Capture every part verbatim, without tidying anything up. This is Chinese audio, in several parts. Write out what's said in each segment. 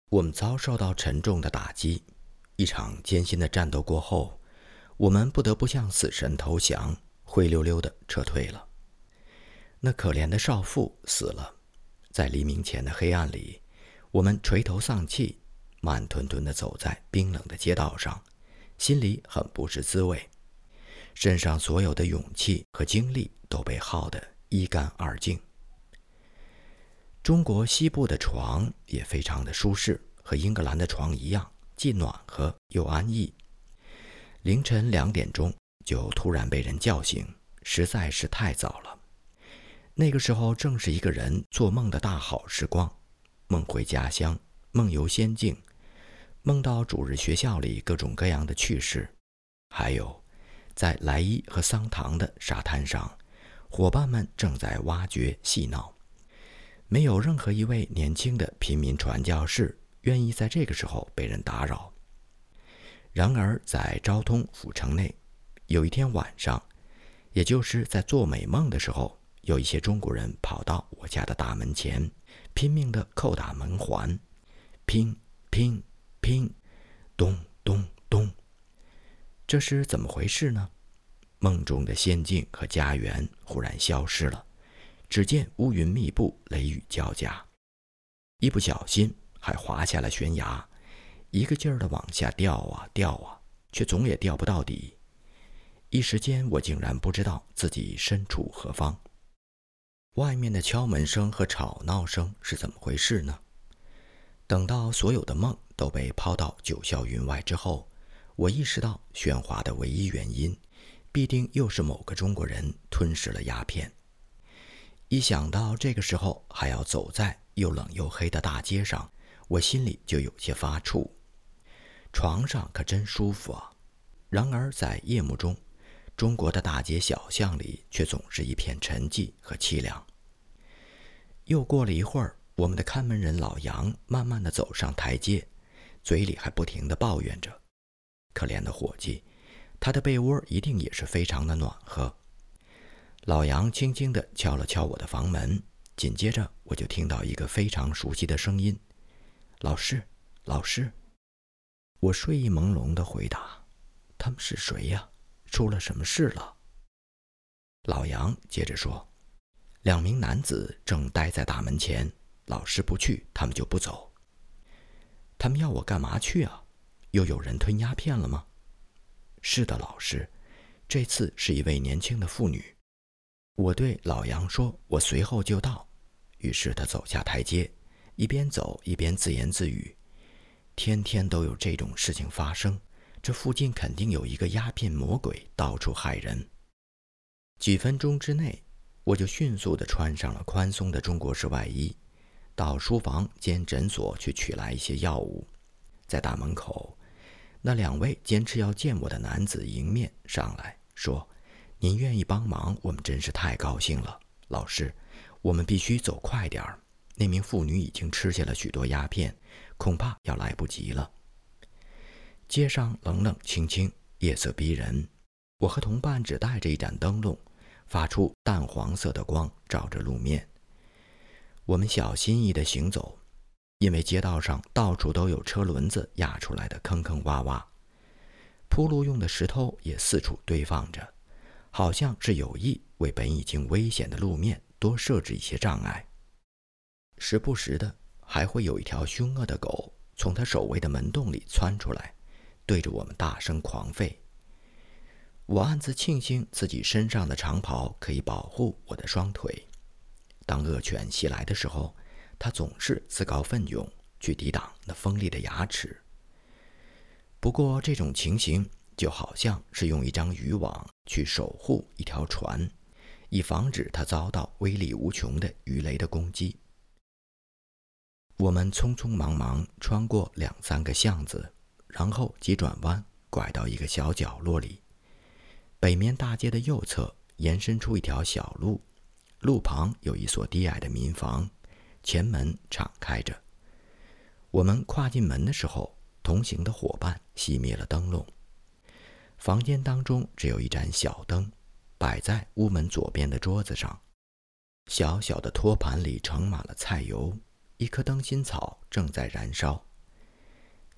我们遭受到沉重的打击，一场艰辛的战斗过后，我们不得不向死神投降，灰溜溜地撤退了。那可怜的少妇死了，在黎明前的黑暗里，我们垂头丧气，慢吞吞地走在冰冷的街道上，心里很不是滋味，身上所有的勇气和精力都被耗得一干二净。中国西部的床也非常的舒适，和英格兰的床一样，既暖和又安逸。凌晨两点钟就突然被人叫醒，实在是太早了。那个时候正是一个人做梦的大好时光，梦回家乡，梦游仙境，梦到主日学校里各种各样的趣事，还有在莱伊和桑唐的沙滩上，伙伴们正在挖掘戏闹。没有任何一位年轻的平民传教士愿意在这个时候被人打扰。然而在昭通府城内，有一天晚上，也就是在做美梦的时候，有一些中国人跑到我家的大门前，拼命地叩打门环，乒乒乒，咚咚咚。这是怎么回事呢？梦中的仙境和家园忽然消失了，只见乌云密布，雷雨交加，一不小心还滑下了悬崖，一个劲儿地往下掉啊掉啊，却总也掉不到底。一时间我竟然不知道自己身处何方。外面的敲门声和吵闹声是怎么回事呢？等到所有的梦都被抛到九霄云外之后，我意识到喧哗的唯一原因必定又是某个中国人吞噬了鸦片。一想到这个时候还要走在又冷又黑的大街上，我心里就有些发怵。床上可真舒服啊！然而在夜幕中，中国的大街小巷里却总是一片沉寂和凄凉。又过了一会儿，我们的看门人老杨慢慢地走上台阶，嘴里还不停地抱怨着。可怜的伙计，他的被窝一定也是非常的暖和。老杨轻轻地敲了敲我的房门，紧接着我就听到一个非常熟悉的声音：“老师，老师。”我睡意朦胧地回答：“他们是谁呀？出了什么事了？”老杨接着说：“两名男子正待在大门前，老师不去，他们就不走。”“他们要我干嘛去啊？又有人吞鸦片了吗？”“是的，老师，这次是一位年轻的妇女。”我对老杨说：“我随后就到。”于是他走下台阶，一边走一边自言自语：“天天都有这种事情发生，这附近肯定有一个鸦片魔鬼到处害人。”几分钟之内，我就迅速地穿上了宽松的中国式外衣，到书房兼诊所去取来一些药物。在大门口，那两位坚持要见我的男子迎面上来说：“您愿意帮忙，我们真是太高兴了。老师，我们必须走快点儿，那名妇女已经吃下了许多鸦片，恐怕要来不及了。”街上冷冷清清，夜色逼人，我和同伴只带着一盏灯笼，发出淡黄色的光，照着路面。我们小心翼翼地行走，因为街道上到处都有车轮子压出来的坑坑洼洼，铺路用的石头也四处堆放着，好像是有意为本已经危险的路面多设置一些障碍。时不时的还会有一条凶恶的狗从它守卫的门洞里窜出来，对着我们大声狂吠。我暗自庆幸自己身上的长袍可以保护我的双腿。当恶犬袭来的时候，它总是自告奋勇去抵挡那锋利的牙齿。不过这种情形就好像是用一张渔网去守护一条船，以防止它遭到威力无穷的鱼雷的攻击。我们匆匆忙忙穿过两三个巷子，然后急转弯拐到一个小角落里。北面大街的右侧延伸出一条小路，路旁有一所低矮的民房，前门敞开着。我们跨进门的时候，同行的伙伴熄灭了灯笼。房间当中只有一盏小灯，摆在屋门左边的桌子上。小小的托盘里盛满了菜油，一棵灯芯草正在燃烧，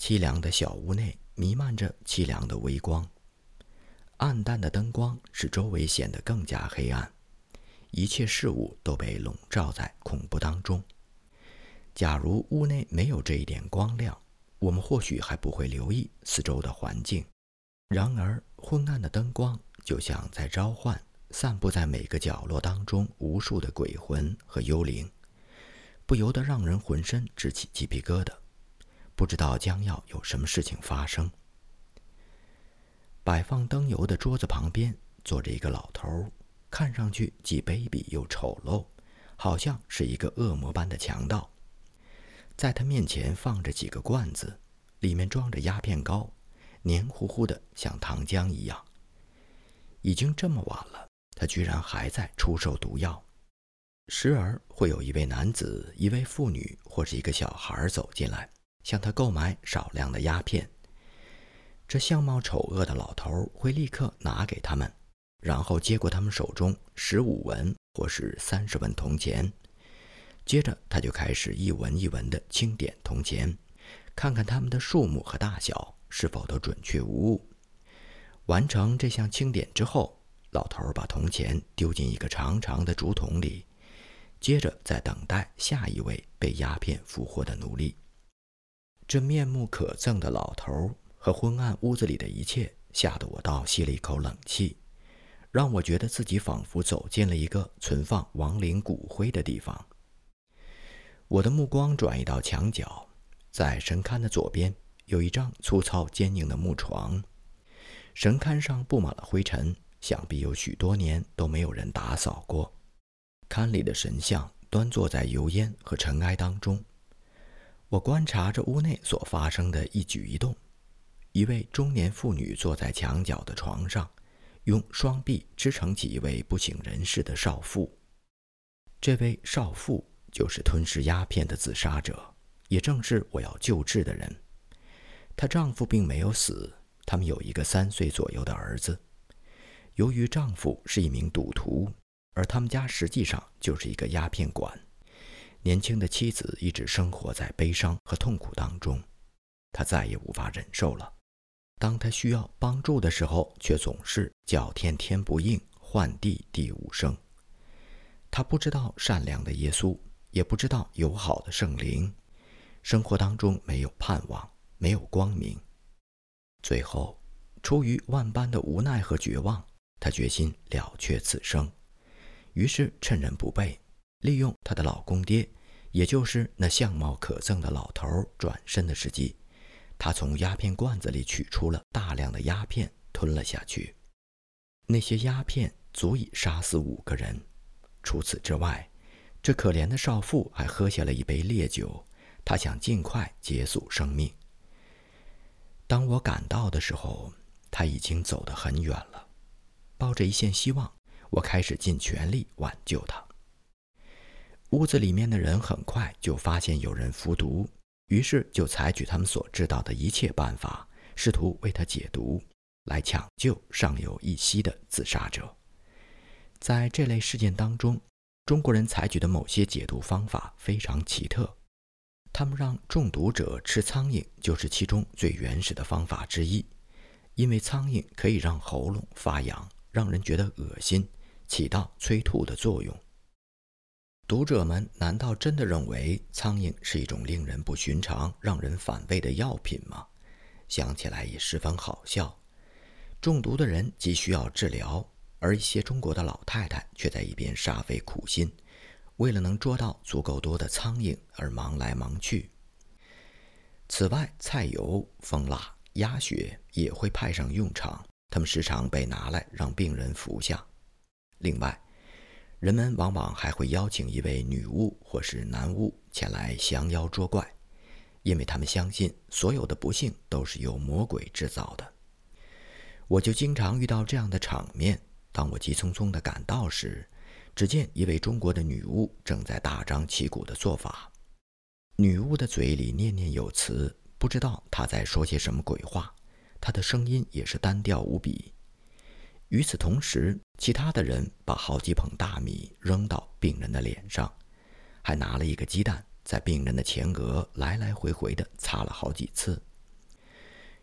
凄凉的小屋内弥漫着凄凉的微光，暗淡的灯光使周围显得更加黑暗，一切事物都被笼罩在恐怖当中。假如屋内没有这一点光亮，我们或许还不会留意四周的环境。然而昏暗的灯光就像在召唤散布在每个角落当中无数的鬼魂和幽灵，不由得让人浑身直起鸡皮疙瘩，不知道将要有什么事情发生。摆放灯油的桌子旁边坐着一个老头，看上去既卑鄙又丑陋，好像是一个恶魔般的强盗。在他面前放着几个罐子，里面装着鸦片膏，黏糊糊的像糖浆一样。已经这么晚了，他居然还在出售毒药。时而会有一位男子、一位妇女或是一个小孩走进来，向他购买少量的鸦片。这相貌丑恶的老头会立刻拿给他们，然后接过他们手中十五文或是三十文铜钱。接着他就开始一文一文地清点铜钱，看看它们的数目和大小是否都准确无误。完成这项清点之后，老头把铜钱丢进一个长长的竹筒里，接着再等待下一位被鸦片俘获的奴隶。这面目可憎的老头和昏暗屋子里的一切吓得我倒吸了一口冷气，让我觉得自己仿佛走进了一个存放亡灵骨灰的地方。我的目光转移到墙角，在神龛的左边有一张粗糙坚硬的木床，神龛上布满了灰尘，想必有许多年都没有人打扫过。龛里的神像端坐在油烟和尘埃当中。我观察着屋内所发生的一举一动。一位中年妇女坐在墙角的床上，用双臂支撑起一位不省人事的少妇。这位少妇就是吞噬鸦片的自杀者，也正是我要救治的人。她丈夫并没有死，他们有一个三岁左右的儿子。由于丈夫是一名赌徒，而他们家实际上就是一个鸦片馆。年轻的妻子一直生活在悲伤和痛苦当中，她再也无法忍受了。当她需要帮助的时候，却总是叫天天不应，唤地地无声。她不知道善良的耶稣，也不知道友好的圣灵，生活当中没有盼望，没有光明。最后，出于万般的无奈和绝望，她决心了却此生。于是趁人不备，利用她的老公爹，也就是那相貌可憎的老头转身的时机，她从鸦片罐子里取出了大量的鸦片，吞了下去。那些鸦片足以杀死五个人。除此之外，这可怜的少妇还喝下了一杯烈酒，她想尽快结束生命。当我赶到的时候，她已经走得很远了。抱着一线希望，我开始尽全力挽救她。屋子里面的人很快就发现有人服毒，于是就采取他们所知道的一切办法，试图为他解毒，来抢救尚有一息的自杀者。在这类事件当中，中国人采取的某些解毒方法非常奇特。他们让中毒者吃苍蝇，就是其中最原始的方法之一，因为苍蝇可以让喉咙发痒，让人觉得恶心，起到催吐的作用。读者们难道真的认为苍蝇是一种令人不寻常、让人反胃的药品吗？想起来也十分好笑。中毒的人急需要治疗，而一些中国的老太太却在一边煞费苦心，为了能捉到足够多的苍蝇而忙来忙去。此外，菜油、蜂蜡、鸭血也会派上用场，它们时常被拿来让病人服下。另外，人们往往还会邀请一位女巫或是男巫前来降妖捉怪，因为他们相信所有的不幸都是由魔鬼制造的。我就经常遇到这样的场面。当我急匆匆地赶到时，只见一位中国的女巫正在大张旗鼓地做法。女巫的嘴里念念有词，不知道她在说些什么鬼话，她的声音也是单调无比。与此同时，其他的人把好几捧大米扔到病人的脸上，还拿了一个鸡蛋在病人的前额来来回回地擦了好几次。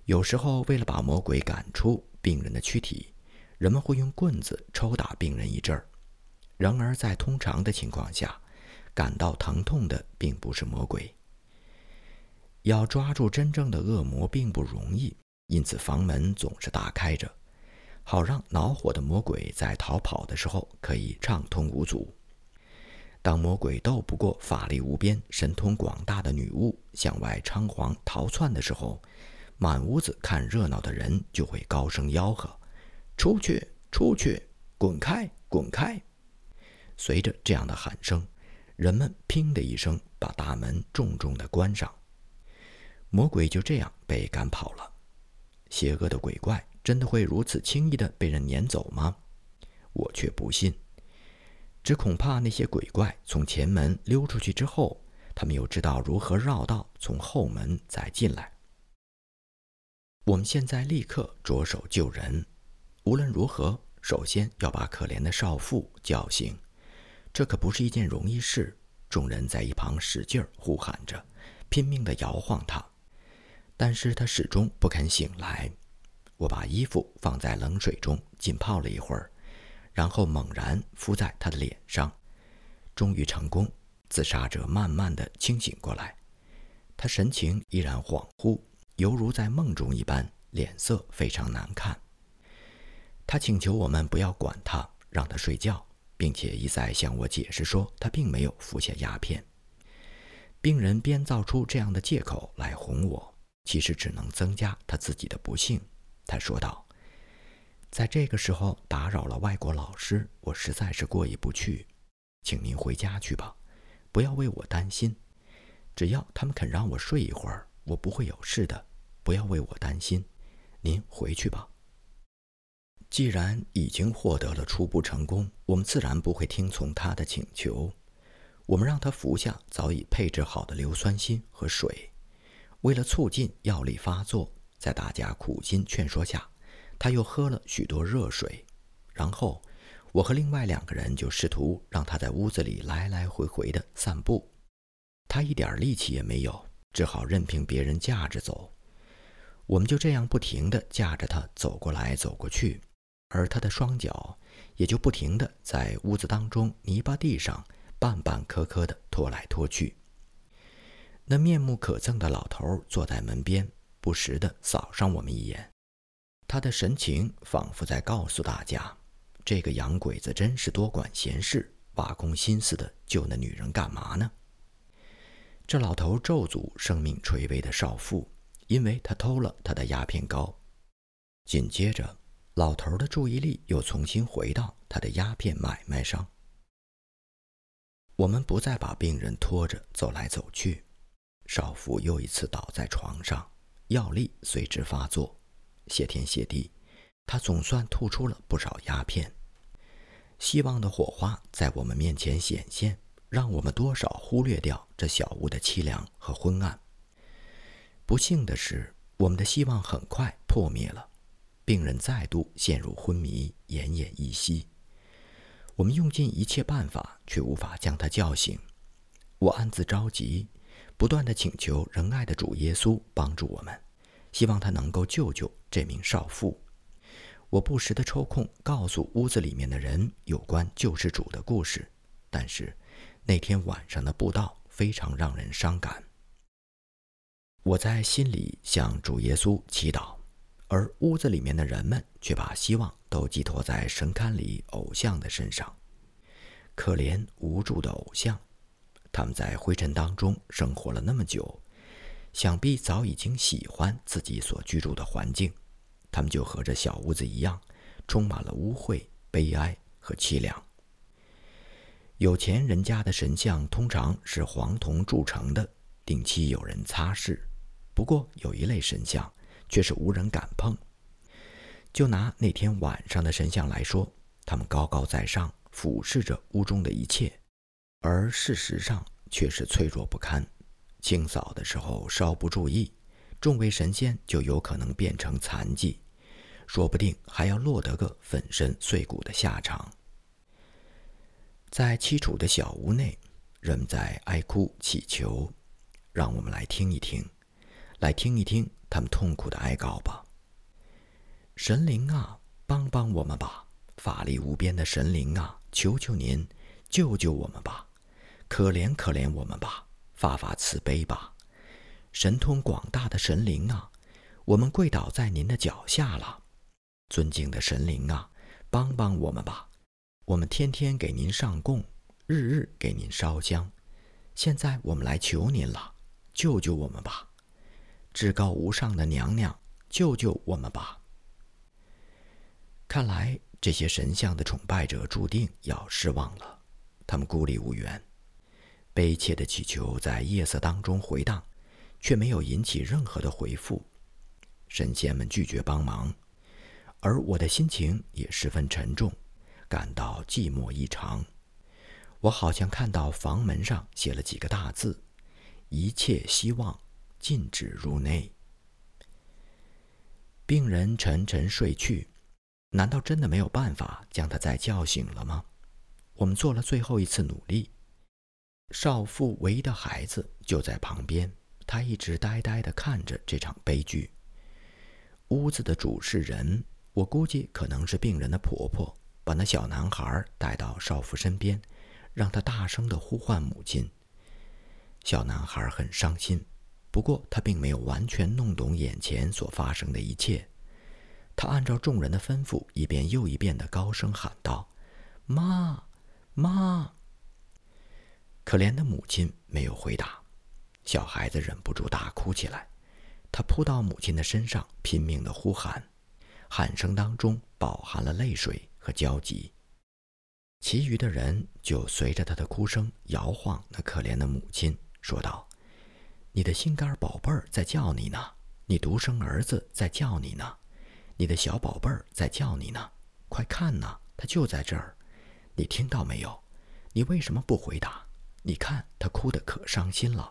有时候为了把魔鬼赶出病人的躯体，人们会用棍子抽打病人一阵儿。然而在通常的情况下，感到疼痛的并不是魔鬼。要抓住真正的恶魔并不容易，因此房门总是打开着，好让恼火的魔鬼在逃跑的时候可以畅通无阻。当魔鬼斗不过法力无边、神通广大的女巫向外猖狂逃窜的时候，满屋子看热闹的人就会高声吆喝：出去，出去，滚开，滚开！随着这样的喊声，人们砰的一声把大门重重地关上，魔鬼就这样被赶跑了。邪恶的鬼怪真的会如此轻易地被人撵走吗？我却不信。只恐怕那些鬼怪从前门溜出去之后，他们又知道如何绕道从后门再进来。我们现在立刻着手救人，无论如何，首先要把可怜的少妇叫醒。这可不是一件容易事，众人在一旁使劲呼喊着，拼命地摇晃她，但是她始终不肯醒来。我把衣服放在冷水中浸泡了一会儿，然后猛然敷在她的脸上，终于成功。自杀者慢慢地清醒过来，他神情依然恍惚，犹如在梦中一般，脸色非常难看。他请求我们不要管他，让他睡觉，并且一再向我解释说他并没有服下鸦片。病人编造出这样的借口来哄我，其实只能增加他自己的不幸。他说道：在这个时候打扰了外国老师，我实在是过意不去，请您回家去吧，不要为我担心，只要他们肯让我睡一会儿，我不会有事的，不要为我担心，您回去吧。既然已经获得了初步成功，我们自然不会听从他的请求。我们让他服下早已配置好的硫酸锌和水。为了促进药力发作，在大家苦心劝说下，他又喝了许多热水。然后我和另外两个人就试图让他在屋子里来来回回地散步。他一点力气也没有，只好任凭别人架着走。我们就这样不停地架着他走过来走过去，而他的双脚也就不停地在屋子当中泥巴地上半半磕磕地拖来拖去。那面目可憎的老头坐在门边，不时地扫上我们一眼，他的神情仿佛在告诉大家，这个洋鬼子真是多管闲事，挖空心思的救那女人干嘛呢？这老头咒诅生命垂危的少妇，因为他偷了他的鸦片膏。紧接着，老头的注意力又重新回到他的鸦片买卖上。我们不再把病人拖着走来走去，少妇又一次倒在床上，药力随之发作。谢天谢地，他总算吐出了不少鸦片。希望的火花在我们面前显现，让我们多少忽略掉这小屋的凄凉和昏暗。不幸的是，我们的希望很快破灭了，病人再度陷入昏迷，奄奄一息。我们用尽一切办法，却无法将他叫醒。我暗自着急，不断地请求仁爱的主耶稣帮助我们，希望他能够救救这名少妇。我不时地抽空告诉屋子里面的人有关救世主的故事，但是那天晚上的布道非常让人伤感。我在心里向主耶稣祈祷，而屋子里面的人们却把希望都寄托在神龛里偶像的身上。可怜无助的偶像，他们在灰尘当中生活了那么久，想必早已经喜欢自己所居住的环境。他们就和这小屋子一样，充满了污秽、悲哀和凄凉。有钱人家的神像通常是黄铜铸成的，定期有人擦拭。不过有一类神像却是无人敢碰。就拿那天晚上的神像来说，他们高高在上，俯视着屋中的一切，而事实上却是脆弱不堪。清扫的时候稍不注意，众位神仙就有可能变成残疾，说不定还要落得个粉身碎骨的下场。在凄楚的小屋内，人们在哀哭祈求。让我们来听一听，来听一听他们痛苦的哀告吧。神灵啊，帮帮我们吧！法力无边的神灵啊，求求您救救我们吧！可怜可怜我们吧！发发慈悲吧！神通广大的神灵啊，我们跪倒在您的脚下了。尊敬的神灵啊，帮帮我们吧！我们天天给您上供，日日给您烧香，现在我们来求您了，救救我们吧！至高无上的娘娘，救救我们吧！看来这些神像的崇拜者注定要失望了，他们孤立无援，悲切的祈求在夜色当中回荡，却没有引起任何的回复。神仙们拒绝帮忙，而我的心情也十分沉重，感到寂寞异常。我好像看到房门上写了几个大字：一切希望禁止入内。病人沉沉睡去，难道真的没有办法将他再叫醒了吗？我们做了最后一次努力。少妇唯一的孩子就在旁边，他一直呆呆地看着这场悲剧。屋子的主事人，我估计可能是病人的婆婆，把那小男孩带到少妇身边，让他大声地呼唤母亲。小男孩很伤心，不过他并没有完全弄懂眼前所发生的一切。他按照众人的吩咐，一遍又一遍地高声喊道：“妈，妈！”可怜的母亲没有回答，小孩子忍不住大哭起来。他扑到母亲的身上，拼命地呼喊，喊声当中饱含了泪水和焦急。其余的人就随着他的哭声摇晃那可怜的母亲，说道：“你的心肝宝贝儿在叫你呢，你独生儿子在叫你呢，你的小宝贝儿在叫你呢，快看呐，他就在这儿，你听到没有？你为什么不回答？你看他哭得可伤心了。”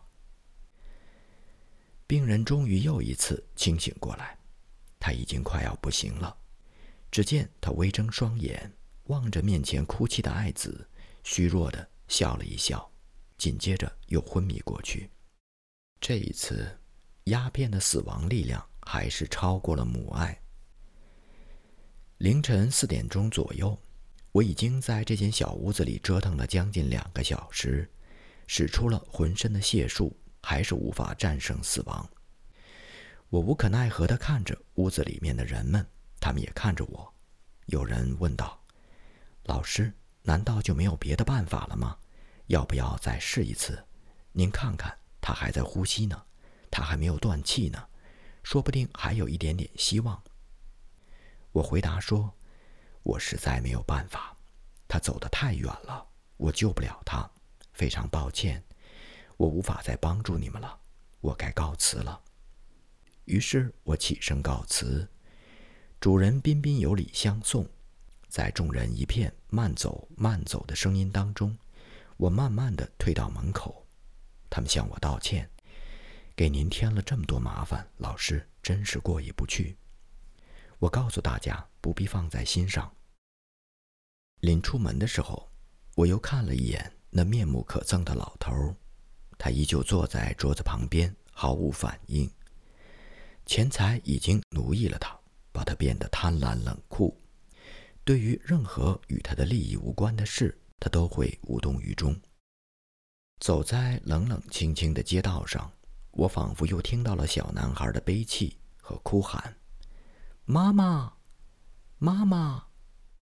病人终于又一次清醒过来，他已经快要不行了。只见他微睁双眼，望着面前哭泣的爱子，虚弱地笑了一笑，紧接着又昏迷过去。这一次，鸦片的死亡力量还是超过了母爱。凌晨四点钟左右，我已经在这间小屋子里折腾了将近两个小时，使出了浑身的解数，还是无法战胜死亡。我无可奈何地看着屋子里面的人们，他们也看着我。有人问道：“老师，难道就没有别的办法了吗？要不要再试一次？您看看，他还在呼吸呢，他还没有断气呢，说不定还有一点点希望。”我回答说：“我实在没有办法，他走得太远了，我救不了他，非常抱歉，我无法再帮助你们了，我该告辞了。”于是我起身告辞，主人彬彬有礼相送。在众人一片慢走慢走的声音当中，我慢慢地退到门口。他们向我道歉，给您添了这么多麻烦，老师真是过意不去。我告诉大家不必放在心上。临出门的时候，我又看了一眼那面目可憎的老头，他依旧坐在桌子旁边，毫无反应。钱财已经奴役了他，把他变得贪婪冷酷。对于任何与他的利益无关的事，他都会无动于衷。走在冷冷清清的街道上，我仿佛又听到了小男孩的悲泣和哭喊：“妈妈，妈妈！”